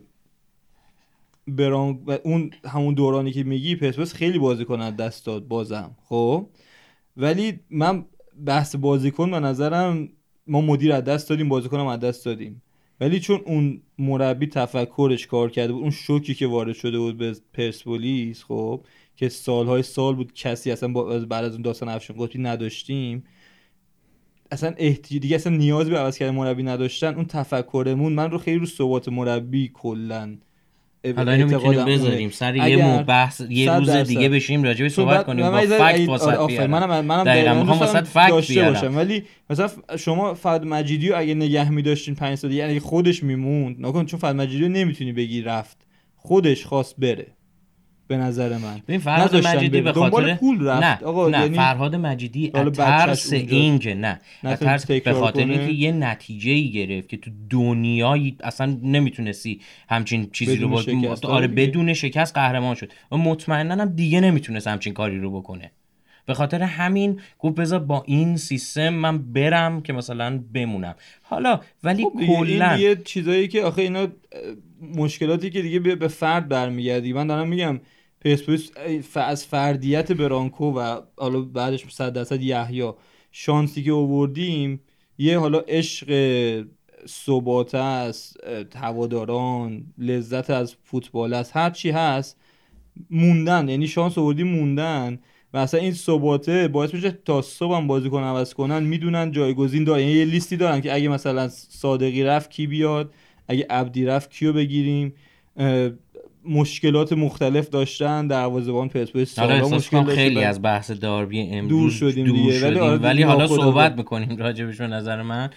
اون همون دورانی که میگی پرسپولیس خیلی بازیکن از دست داد بازم، خب ولی من بحث بازیکن به نظرم ما مدیر از دست دادیم، بازیکنم از دست دادیم، ولی چون اون مربی تفکرش کار کرده بود، اون شوکی که وارد شده بود به پرسپولیس، خب که سالهای سال بود کسی اصلا بعد از اون داستان افشین قطبی نداشتیم، اصلا دیگه اصلا نیاز به عوض کردن مربی نداشتن. اون تفکرمون من رو خیلی رو ثبات مربی کلا حالا اینو میتونیم بذاریم سر یه بحث یه روز دیگه بشیم راجع به صحبت کنیم با فکت واسط بیارم. منم دقیقاً میخوام واسط فکت بیارم. ولی مثلا شما فهد مجیدی رو اگه نگه می‌داشتین 5 سال دیگه اگه خودش میموند نکن، چون فهد مجیدی رو نمیتونی بگی رفت، خودش خواست بره به نظر من. ببین فرهاد مجیدی به خاطر پول رفت آقا، نه یعنی فرهاد مجیدی ترس اینکه نه ترس به خاطر اینکه یه نتیجه‌ای گرفت که تو دنیایی اصلا نمیتونستی همچین چیزی رو آره بدون شکست قهرمان شد و مطمئنا هم دیگه نمیتونست همچین کاری رو بکنه. به خاطر همین گفت بذار با این سیستم من برم که مثلا بمونم. حالا ولی کلا این یه چیزایی که آخه اینا مشکلاتی که دیگه به فرد برمیگردی. من دارم میگم پرسپولیس از فردیت برانکو و حالا بعدش 100% یحیی شانسی که آوردیم، یه حالا عشق ثبات است، هواداران، لذت از فوتبال است، هر چی هست موندن، یعنی شانس آوردیم موندن و اصلا این ثباته باعث میشه تا صبح هم بازیکن عوض کنن، میدونن جایگزین دارن، یعنی یه لیستی دارن که اگه مثلا صادقی رفت کی بیاد، اگه عبدی رفت کیو بگیریم. مشکلات مختلف داشتن دروازه‌بان پرسپولیس سالا مشکل داشت. خیلی از بحث داربی امروز دور شدیم ولی حالا صحبت میکنیم راجبش. به نظر من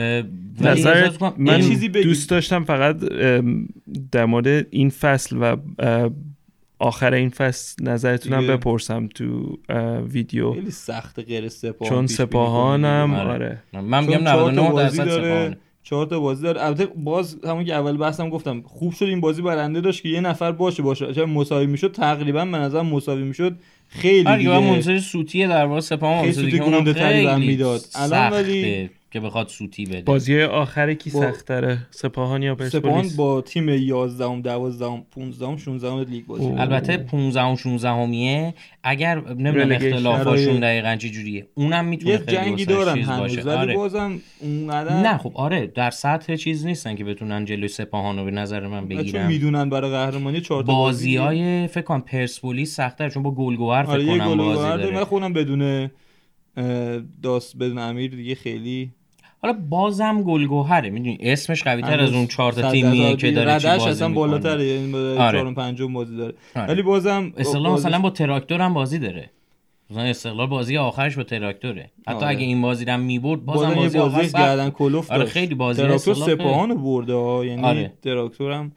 من چیزی دوست داشتم فقط در مورد این فصل و آخر این فصل نظرتونم بپرسم تو ویدیو. خیلی سخت غیر سپاهان، چون سپاهانم آره من میگم 99% سپاهان 4 تا بازی داره. البته باز همون که اول بحثم گفتم خوب شد این بازی برنده داشت که یه نفر باشه چون مساوی میشد تقریبا به نظرم مساوی میشد خیلی دیگه منتظر سوتیه در واقع سپاهان خیلی گنده تری میداد. الان ولی که بخواد سوتی بده. بازی آخره کی سخت‌تره، سپاهان یا پرسپولیس؟ سپاهان با تیم 11ام 12ام 15ام 16ام لیگ بازی. البته 15ام 16امیه اگر نمیدونم اختلافاشون دقیقاً چه جوریه، اونم میتونه خیلی جنگی دارن هنوز ولی بازم اونقدر نه. خب آره در سطح چیز نیستن که بتونن جلوی سپاهان رو به نظر من بگیرن، چون میدونن برای قهرمانی 4 تا بازیای فکر کنم پرسپولیس سخت‌تره چون با گلگوهر فکر کنم بازی داره. من خودم بدون بدون امیر دیگه خیلی حالا بازم گلگوهره، میدونی اسمش قوی تر از اون 4 تا تیمیه که داره چی بازی میکنه. اصلا بالاتره، یعنی 4 و 5 بازی داره. ولی بازم استقلال مثلا با تراکتور هم بازی داره. مثلا استقلال بازی آخرش با تراکتوره. حتی اگه این بازی رو میبرد بازم بازی آخرش گردن کلوف داشت. خیلی بازی تراکتور سپاهانو برده یعنی تراکتورم.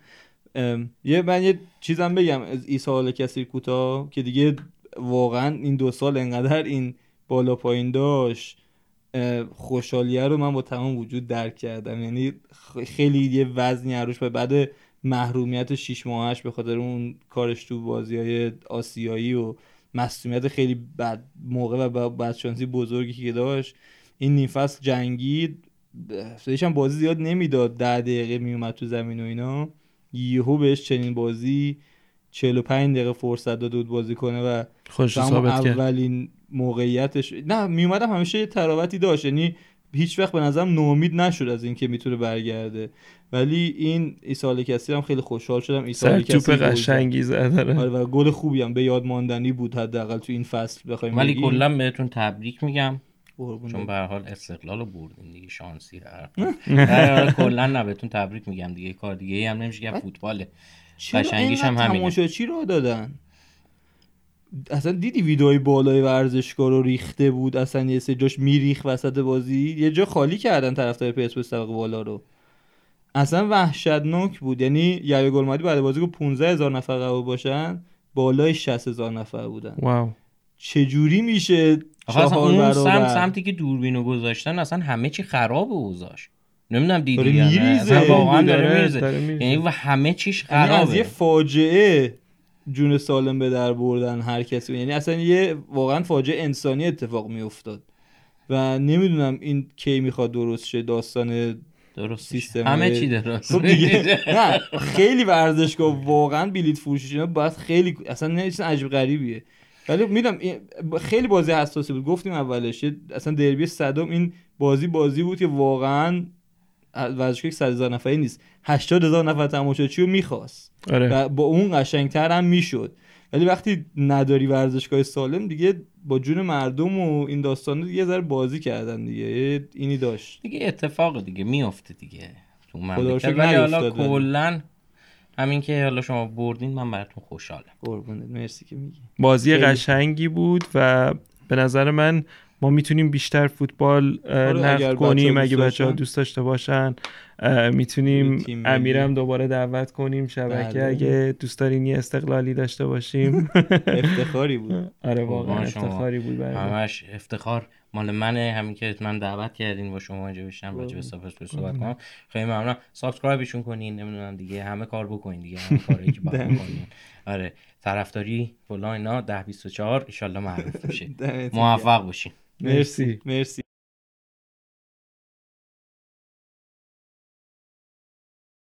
من یه چیزم بگم از عیسی الکثیر کوتاه که دیگه واقعا این 2 سال انقدر این بالا پایین داشت، خوشحالیه رو من با تمام وجود درک کردم. یعنی خیلی یه وزنی عروش بعد محرومیت 6 ماهش به خاطر اون کارش تو بازی‌های آسیایی و مصونیت خیلی بد موقع و بدشانسی بزرگی که داشت، این نیم فصل جنگید، خودش هم بازی زیاد نمیداد، 10 دقیقه میومد تو زمین و اینا، یهو بهش چنین بازی 45 دقیقه فرصت داد بازی کنه و خوش ثابت کرد. اولین موقعیتش نه میومدم همیشه یه تراوتی داشت، یعنی هیچ وقت به نظرم ناامید نشد از اینکه میتونه برگرده. ولی این عیسی الکثیر هم خیلی خوشحال شدم. عیسی الکثیر توپ قشنگی زد و گل خوبی هم به یاد ماندنی بود حداقل تو این فصل بخوایم ولی کلا بهتون تبریک میگم چون به هر حال استقلال رو بردین دیگه، شانسی هر کلا نه بهتون تبریک میگم دیگه، کار دیگه هم نمیشه که فوتباله قشنگیش هم همینه. تماشاچی رو دادن اصلا دیدی ویدئوی بالای ورزشگاه رو ریخته بود، اصلا یه سه جاش میریخ وسط بازی، یه جا خالی کردن طرفدار پرسپولیس طبقه بالا رو، اصلا وحشتناک بود. یعنی یحیی گلمادی بعد بازی گفت 15000 نفر قرار باشن، بالای 60000 نفر بودن. واو. چجوری میشه 4 برابر؟ سمتی که دوربینو گذاشتن اصلا همه چی خرابه اوضاعش. نمیدونم دیدی داره یا نه، میریزه. اصلا واقعا داره میریزه. یعنی و همه چیش یعنی خرابه. از یه فاجعه جون سالم به در بردن هر کسی، یعنی اصلا یه واقعا فاجعه انسانی اتفاق میافتاد و نمیدونم این کی میخواد درست شه داستان درست سیستم همه چی درست. خب دیگه نه خیلی ورزشگاه واقعا بلیط فروشیش اینا باید خیلی اصلا نه چیز عجیب غریبیه. ولی میدونم خیلی بازی حساسی بود، گفتیم اولش اصلا دربی صدام این بازی بود که واقعا ورزشگاه 100,000 نفری نیست، 80,000 نفر تماشاچی رو می‌خواست. آره. و با اون قشنگتر هم میشد. ولی وقتی نداری ورزشگاه سالم دیگه با جون مردم و این داستانو دیگه ذره بازی کردن دیگه، اینی داشت دیگه اتفاق دیگه میفته دیگه تو خدا مملکت. رو ولی حالا نیفتاد. کلا همین که حالا شما بردین من براتون خوشحالم. قربونت، مرسی که میگی. بازی خیلی قشنگی بود و به نظر من ما میتونیم بیشتر فوتبال نقد کنیم اگه بچه‌ها دوست داشته باشن. میتونیم امیرم دوباره دعوت کنیم شبکه بله. اگه دوست دارین یه استقلالی داشته باشیم. افتخاری بود. آره واقعا افتخاری بود برای همش افتخار مال منه، همین که من دعوت کردین با شما اینجا بشم راجع به صحبت کنم. خیلی ممنونم. سابسکرایبشون کنین، نمیدونم دیگه همه کار بکنین دیگه، همه کاری که باید بکنین. آره طرفداری فلان اینا 10-24 ان شاء الله معروف میشه. موفق باشین. مرسی.